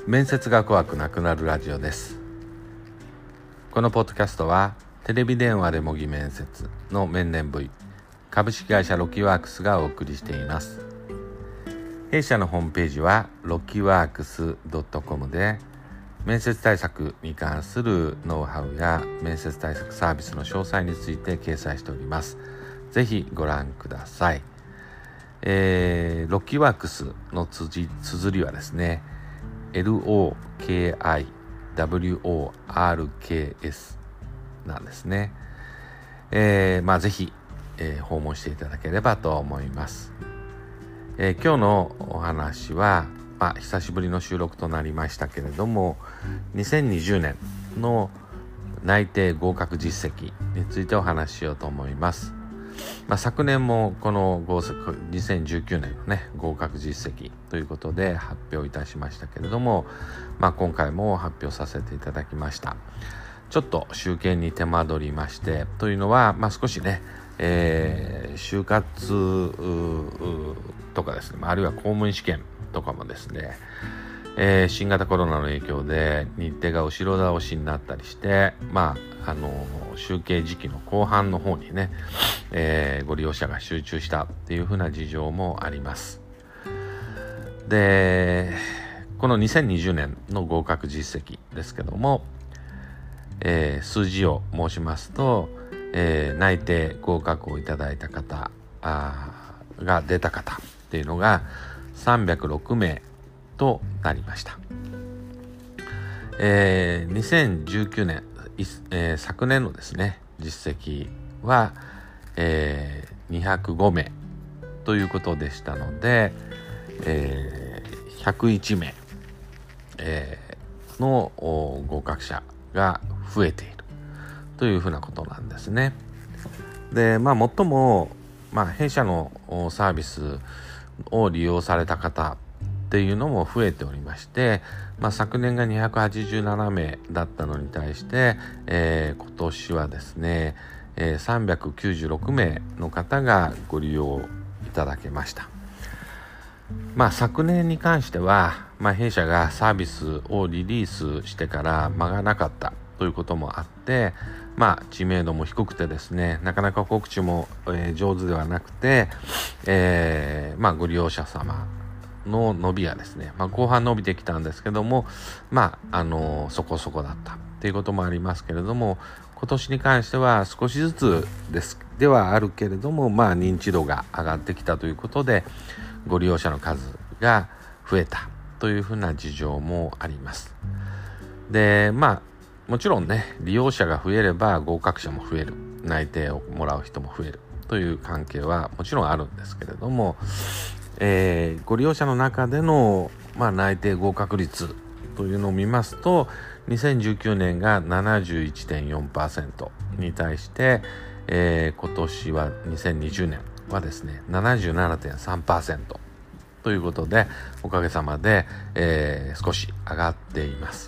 面接が怖くなくなるラジオです。このポッドキャストはテレビ電話で模擬面接の面々 V 株式会社ロキワークスがお送りしています。弊社のホームページはロキワークス .com で面接対策に関するノウハウや面接対策サービスの詳細について掲載しております。ぜひご覧ください。ロキワークスの綴りはですね、LOKIWORKS なんですね。ぜひ、訪問していただければと思います。今日のお話は、久しぶりの収録となりましたけれども、2020年の内定合格実績についてお話ししようと思います。昨年もこの2019年のね合格実績ということで発表いたしましたけれども、今回も発表させていただきました。ちょっと集計に手間取りまして、というのは、少しね、就活とかですね、あるいは公務員試験とかもですね、新型コロナの影響で日程が後ろ倒しになったりして、集計時期の後半の方にね、ご利用者が集中したっていうふうな事情もあります。で、この2020年の合格実績ですけども、数字を申しますと、内定合格をいただいた方が出た方っていうのが306名となりました。2019年、昨年のですね実績は、205名ということでしたので、101名、の合格者が増えているというふうなことなんですね。で、最も、弊社のサービスを利用された方っていうのも増えておりまして、昨年が287名だったのに対して、今年はですね、396名の方がご利用いただけました。昨年に関しては、弊社がサービスをリリースしてから間がなかったということもあって、知名度も低くてですね、なかなか告知も、上手ではなくて、ご利用者様の伸びはですね、後半伸びてきたんですけども、そこそこだったっていうこともありますけれども、今年に関しては少しずつではあるけれども、認知度が上がってきたということで、ご利用者の数が増えたというふうな事情もあります。で、もちろんね、利用者が増えれば合格者も増える、内定をもらう人も増えるという関係はもちろんあるんですけれども、ご利用者の中での、内定合格率というのを見ますと、2019年が 71.4% に対して、今年は2020年はですね 77.3% ということで、おかげさまで、少し上がっています。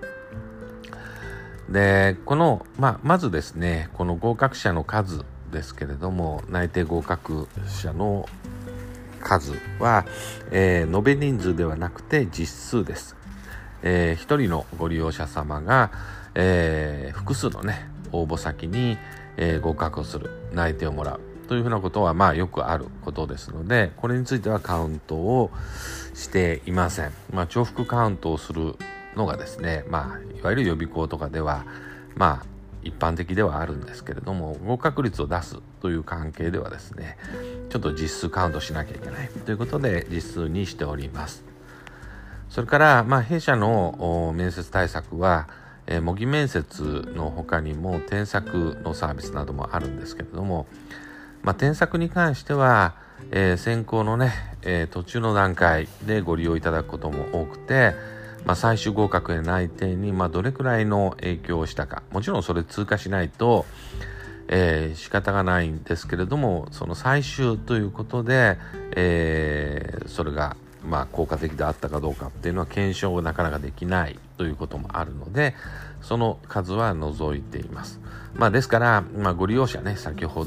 で、この、まずですね、この合格者の数ですけれども、内定合格者の数は、延べ人数ではなくて実数です。一人のご利用者様が、複数のね応募先に、合格をする、内定をもらうというふうなことはよくあることですので、これについてはカウントをしていません。重複カウントをするのがですね、いわゆる予備校とかでは一般的ではあるんですけれども、合格率を出すという関係ではですね、ちょっと実数カウントしなきゃいけないということで実数にしております。それから、弊社の面接対策は、模擬面接の他にも添削のサービスなどもあるんですけれども、添削に関しては、選考のね、途中の段階でご利用いただくことも多くて、最終合格へ内定にどれくらいの影響をしたか、もちろんそれ通過しないと、仕方がないんですけれども、その最終ということで、それが効果的であったかどうかっていうのは検証をなかなかできないということもあるので、その数は除いています。ですから、ご利用者ね、先ほ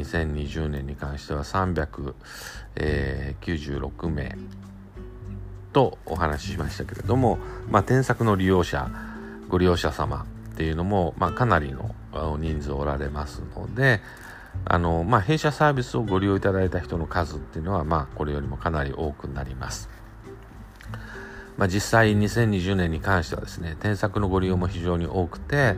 ど、2020年に関しては396名とお話ししましたけれども、添削のご利用者様っていうのも、かなりの人数おられますので、弊社サービスをご利用いただいた人の数っていうのは、これよりもかなり多くなります。実際2020年に関してはですね、添削のご利用も非常に多くて、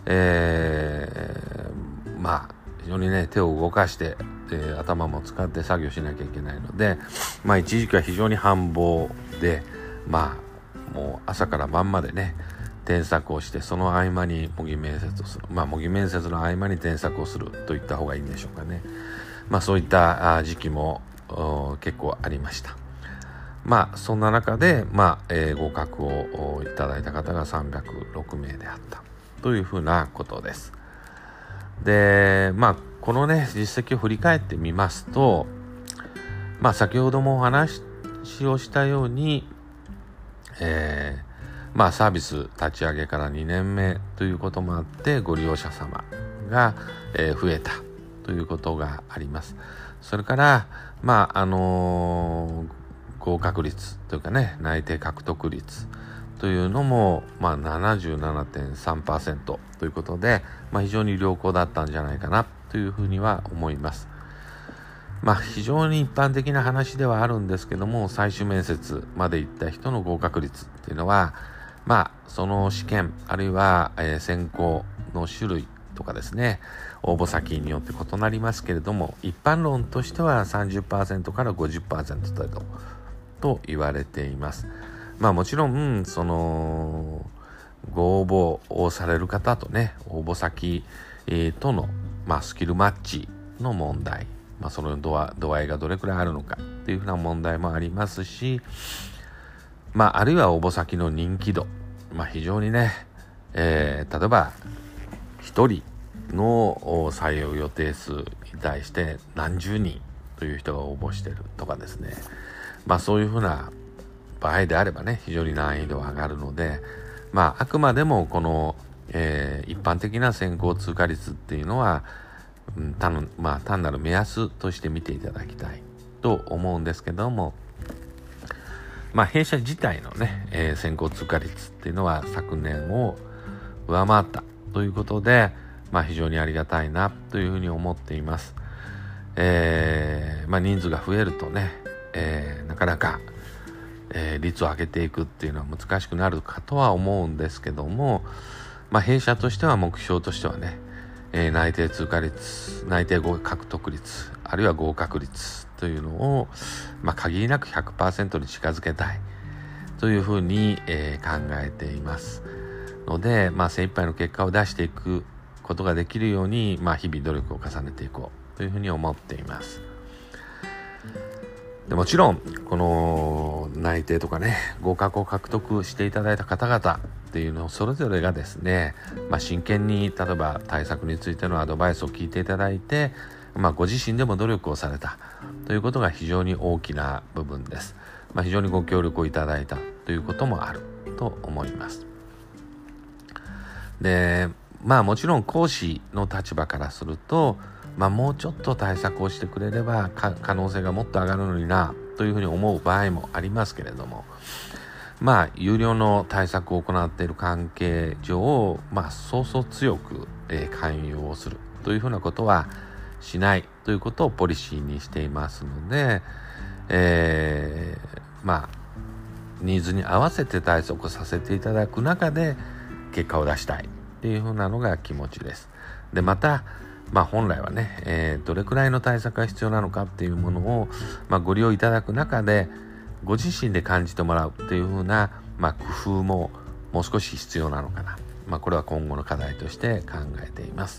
非常にね手を動かして、頭も使って作業しなきゃいけないので、一時期は非常に繁忙で、もう朝から晩までね添削をして、その合間に模擬面接をする、模擬面接の合間に添削をするといった方がいいんでしょうかね。そういった時期も結構ありました。そんな中で、合格をいただいた方が306名であったというふうなことです。で、このね実績を振り返ってみますと、先ほどもお話をしたように、サービス立ち上げから2年目ということもあって、ご利用者様が、増えたということがあります。それから合格率というかね、内定獲得率というのも、77.3% ということで、非常に良好だったんじゃないかなというふうには思います。非常に一般的な話ではあるんですけども、最終面接まで行った人の合格率っていうのは、その試験あるいは、選考の種類とかですね、応募先によって異なりますけれども、一般論としては 30% から 50% 程度と言われています。もちろんそのご応募をされる方とね、応募先、との、スキルマッチの問題、その度合いがどれくらいあるのかっていうふうな問題もありますし、あるいは応募先の人気度、非常にね、例えば1人の採用予定数に対して何十人という人が応募しているとかですね、そういうふうな場合であればね、非常に難易度が上がるので、あくまでもこの、一般的な選考通過率っていうのは、単なる目安として見ていただきたいと思うんですけども、弊社自体のね、選考通過率っていうのは昨年を上回ったということで、非常にありがたいなというふうに思っています。人数が増えるとね、なかなか、率を上げていくっていうのは難しくなるかとは思うんですけども、弊社としては目標としてはね、内定通過率、内定獲得率、あるいは合格率というのを、限りなく 100% に近づけたいというふうに、考えていますので、精一杯の結果を出していくことができるように、日々努力を重ねていこうというふうに思っています。でもちろんこの内定とかね、合格を獲得していただいた方々っていうのをそれぞれがですね、真剣に例えば対策についてのアドバイスを聞いていただいて、ご自身でも努力をされたということが非常に大きな部分です。非常にご協力をいただいたということもあると思います。で、もちろん講師の立場からすると、もうちょっと対策をしてくれれば可能性がもっと上がるのになというふうに思う場合もありますけれども、有料の対策を行っている関係上、そうそう強く、勧誘をするというふうなことはしないということをポリシーにしていますので、ニーズに合わせて対策をさせていただく中で結果を出したいっていうふうなのが気持ちです。で、また本来はね、どれくらいの対策が必要なのかっていうものを、ご利用いただく中でご自身で感じてもらうっていうふうな、工夫ももう少し必要なのかな、これは今後の課題として考えています。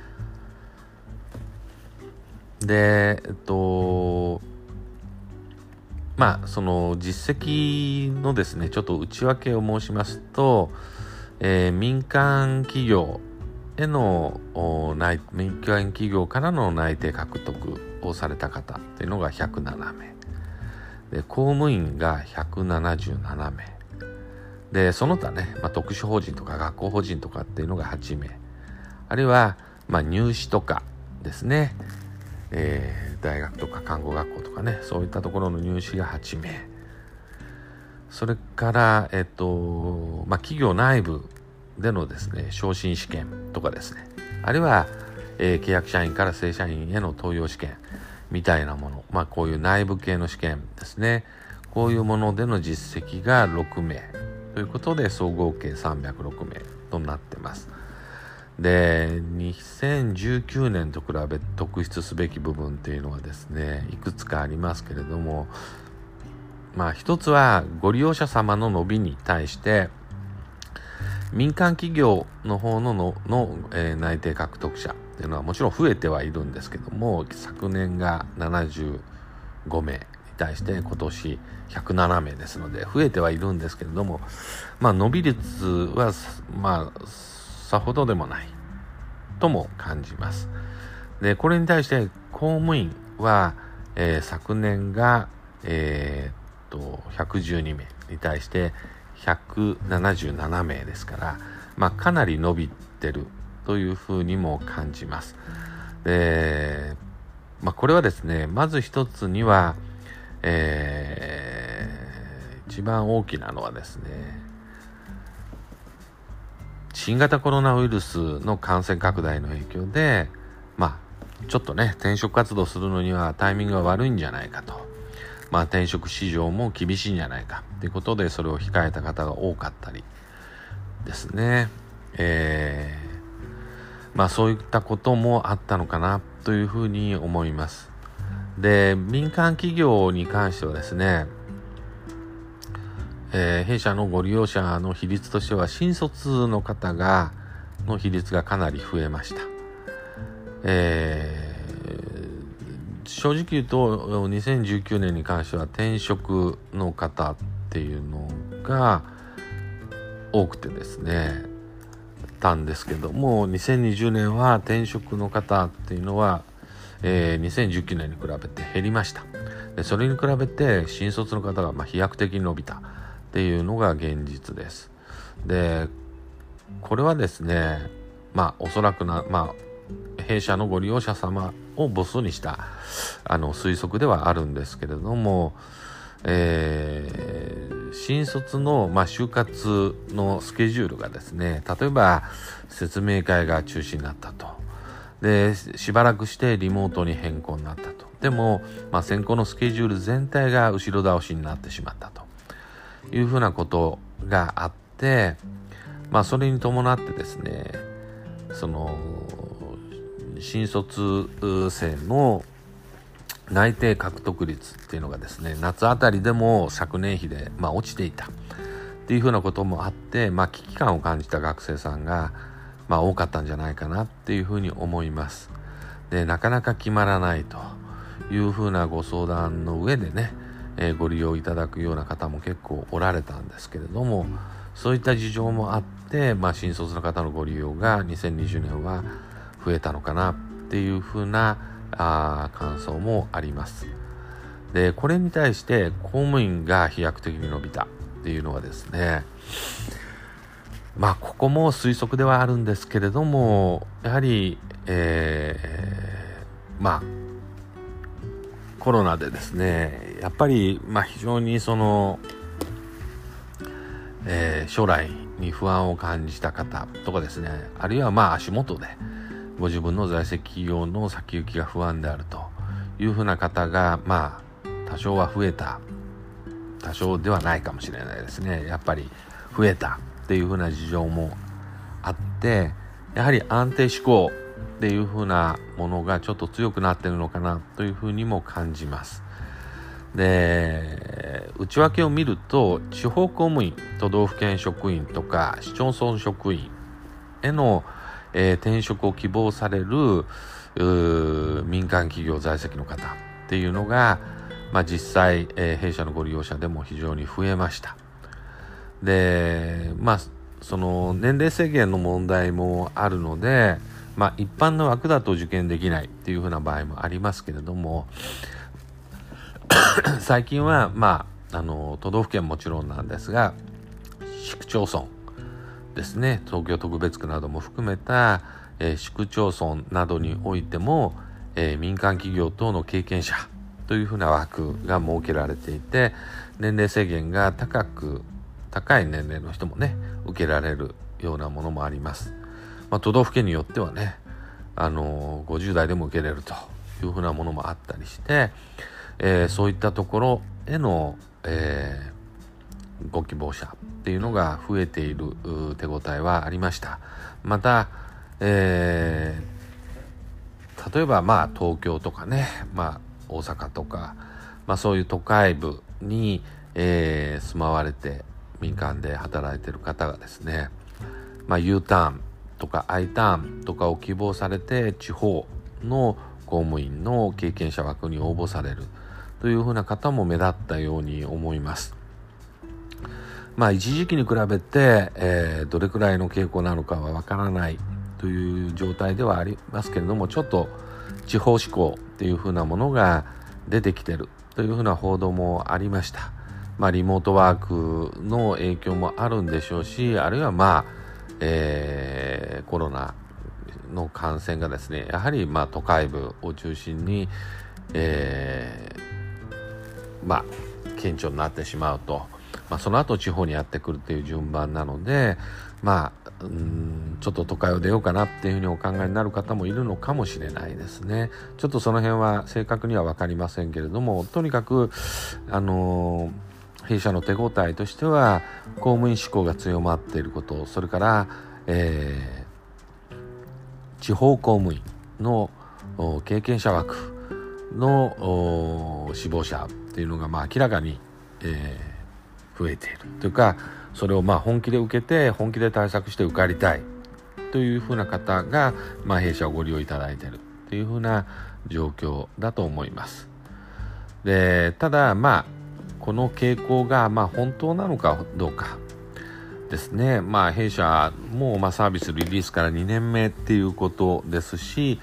で、その実績のですね、ちょっと内訳を申しますと、民間企業への民間企業からの内定獲得をされた方というのが107名で、公務員が177名で、その他ね、特殊法人とか学校法人とかっていうのが8名、あるいは入試とかですね、大学とか看護学校とかね、そういったところの入試が8名それから、企業内部でのですね昇進試験とかですね、あるいは、契約社員から正社員への登用試験みたいなもの、こういう内部系の試験ですね、こういうものでの実績が6名ということで総合計306名となってます。で、2019年と比べ特筆すべき部分っていうのはですね、いくつかありますけれども、一つはご利用者様の伸びに対して民間企業の方の内定獲得者っていうのはもちろん増えてはいるんですけども、昨年が75名に対して今年107名ですので増えてはいるんですけれども、伸び率はさほどでもないとも感じます。で、これに対して公務員は、昨年が、112名に対して177名ですから、かなり伸びてるというふうにも感じます。で、これはですね、まず一つには、一番大きなのはですね、新型コロナウイルスの感染拡大の影響で、ちょっとね、転職活動するのにはタイミングが悪いんじゃないかと。転職市場も厳しいんじゃないかということで、それを控えた方が多かったりですね。そういったこともあったのかなというふうに思います。で、民間企業に関してはですね、弊社のご利用者の比率としては新卒の方の比率がかなり増えました。正直言うと2019年に関しては転職の方っていうのが多くてですねたんですけども、2020年は転職の方っていうのは、2019年に比べて減りました。で、それに比べて新卒の方が飛躍的に伸びたっていうのが現実です。で、これはですね、おそらく弊社のご利用者様を母数にした推測ではあるんですけれども、新卒の、就活のスケジュールがですね、例えば説明会が中止になったと。で、しばらくしてリモートに変更になったと。でも、選考のスケジュール全体が後ろ倒しになってしまったというふうなことがあって、それに伴ってですね、新卒生の内定獲得率っていうのがですね、夏あたりでも昨年比で落ちていたっていうふうなこともあって、危機感を感じた学生さんが多かったんじゃないかなっていうふうに思います。で、なかなか決まらないというふうなご相談の上でね、ご利用いただくような方も結構おられたんですけれども、そういった事情もあって、新卒の方のご利用が2020年は増えたのかなっていうふうな感想もあります。で、これに対して公務員が飛躍的に伸びたっていうのはですね、ここも推測ではあるんですけれども、やはり、コロナでですね、やっぱり非常に将来に不安を感じた方とかですね、あるいは足元でご自分の在籍企業の先行きが不安であるというふうな方が多少は増えた、多少ではないかもしれないですね、やっぱり増えたっていうふうな事情もあって、やはり安定志向っていうふうなものがちょっと強くなっているのかなというふうにも感じます。で、内訳を見ると地方公務員、都道府県職員とか市町村職員への、転職を希望される民間企業在籍の方っていうのが、実際、弊社のご利用者でも非常に増えました。で、その年齢制限の問題もあるので、一般の枠だと受験できないっていうふうな場合もありますけれども最近は都道府県もちろんなんですが、市区町村ですね、東京特別区なども含めた、市区町村などにおいても、民間企業等の経験者というふうな枠が設けられていて、 年齢制限が高い年齢の人もね受けられるようなものもあります。都道府県によってはね50代でも受けれるというふうなものもあったりして、そういったところへの、ご希望者っていうのが増えている手応えはありました。また、例えば東京とかね、大阪とか、そういう都会部に、住まわれて民間で働いている方がですね、U ターンとか I ターンとかを希望されて地方の公務員の経験者枠に応募されるというふうな方も目立ったように思います。一時期に比べて、どれくらいの傾向なのかはわからないという状態ではありますけれども、ちょっと地方志向っていうふうなものが出てきてるというふうな報道もありました。リモートワークの影響もあるんでしょうし、あるいはコロナの感染がですね、やはり都会部を中心に、顕著になってしまうと、その後地方にやってくるという順番なので、ちょっと都会を出ようかなっていうふうにお考えになる方もいるのかもしれないですね。ちょっとその辺は正確には分かりませんけれども、とにかく弊社の手応えとしては公務員志向が強まっていること、それから、地方公務員の経験者枠の志望者っていうのが明らかに、増えているというか、それを本気で受けて本気で対策して受かりたいというふうな方が、弊社をご利用いただいているというふうな状況だと思います。で、ただこの傾向が本当なのかどうかですね。弊社もサービスリリースから2年目っていうことですし、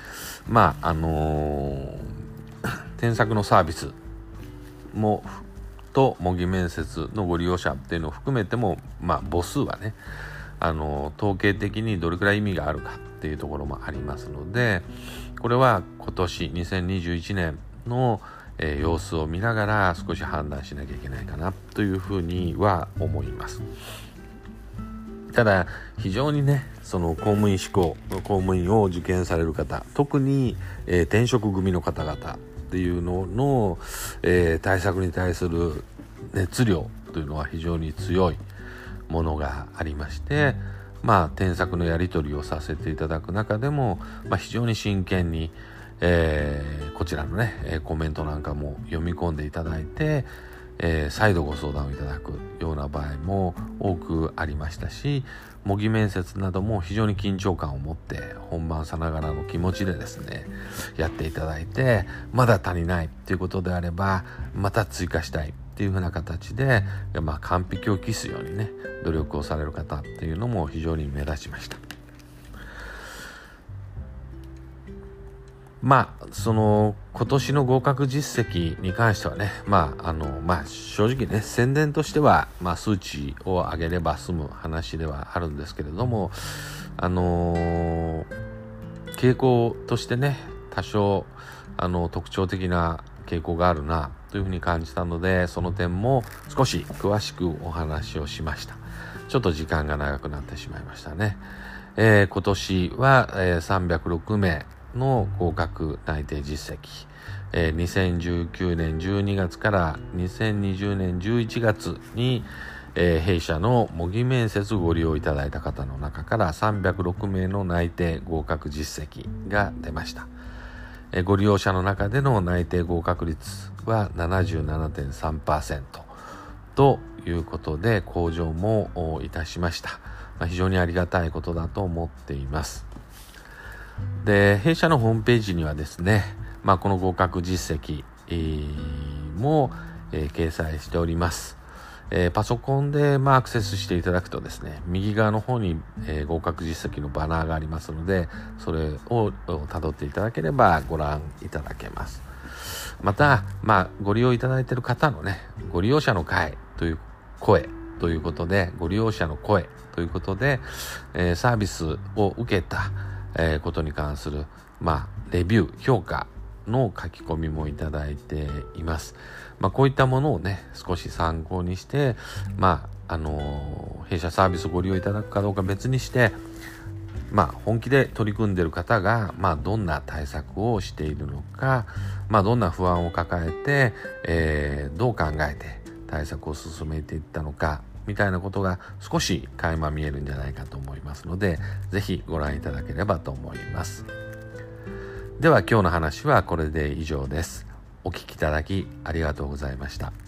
添削のサービスもと模擬面接のご利用者っていうのを含めても、母数はね統計的にどれくらい意味があるかっていうところもありますので、これは今年2021年の様子を見ながら少し判断しなきゃいけないかなというふうには思います。ただ非常にね、その公務員志向の公務員を受験される方、特に、転職組の方々っていうのの、対策に対する熱量というのは非常に強いものがありまして、添削のやり取りをさせていただく中でも、非常に真剣に、こちらのねコメントなんかも読み込んでいただいて、再度ご相談をいただくような場合も多くありましたし、模擬面接なども非常に緊張感を持って本番さながらの気持ちでですねやっていただいて、まだ足りないということであればまた追加したいっていう風な形で、完璧を期すようにね努力をされる方っていうのも非常に目立ちました。その今年の合格実績に関してはね、正直ね宣伝としては、数値を上げれば済む話ではあるんですけれども、傾向としてね多少特徴的な傾向があるなというふうに感じたので、その点も少し詳しくお話をしました。ちょっと時間が長くなってしまいましたね。今年は、306名の合格内定実績、2019年12月から2020年11月に、弊社の模擬面接をご利用いただいた方の中から306名の内定合格実績が出ました。ご利用者の中での内定合格率は 77.3% ということで向上もいたしました。非常にありがたいことだと思っています。で、弊社のホームページにはですね、この合格実績、も、掲載しております。パソコンで、アクセスしていただくとですね、右側の方に、合格実績のバナーがありますので、それを辿っていただければご覧いただけます。また、ご利用いただいている方のね、ご利用者の会という声ということで、ご利用者の声ということで、サービスを受けた、ことに関する、レビュー、評価の書き込みもいただいています。こういったものをね少し参考にして、弊社サービスをご利用いただくかどうか別にして、本気で取り組んでいる方が、どんな対策をしているのか、どんな不安を抱えて、どう考えて対策を進めていったのかみたいなことが少し垣間見えるんじゃないかと思いますので、ぜひご覧いただければと思います。では今日の話はこれで以上です。お聞きいただきありがとうございました。